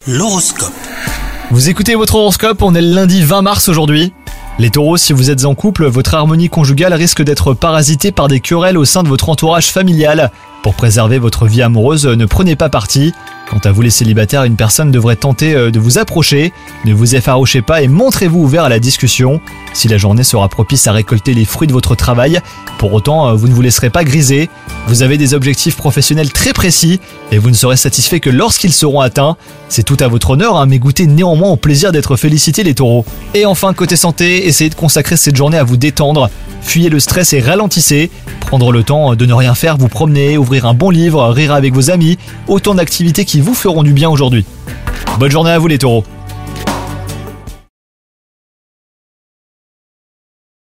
L'horoscope. Vous écoutez votre horoscope, on est le lundi 20 mars aujourd'hui. Les taureaux, si vous êtes en couple, votre harmonie conjugale risque d'être parasitée par des querelles au sein de votre entourage familial. Pour préserver votre vie amoureuse, ne prenez pas parti. Quant à vous les célibataires, une personne devrait tenter de vous approcher. Ne vous effarouchez pas et montrez-vous ouvert à la discussion. Si la journée sera propice à récolter les fruits de votre travail, pour autant, vous ne vous laisserez pas griser. Vous avez des objectifs professionnels très précis et vous ne serez satisfait que lorsqu'ils seront atteints. C'est tout à votre honneur, mais goûtez néanmoins au plaisir d'être félicités les taureaux. Et enfin, côté santé, essayez de consacrer cette journée à vous détendre. Fuyez le stress et ralentissez. Prendre le temps de ne rien faire, vous promener, ouvrir un bon livre, rire avec vos amis, autant d'activités qui vous feront du bien aujourd'hui. Bonne journée à vous les taureaux.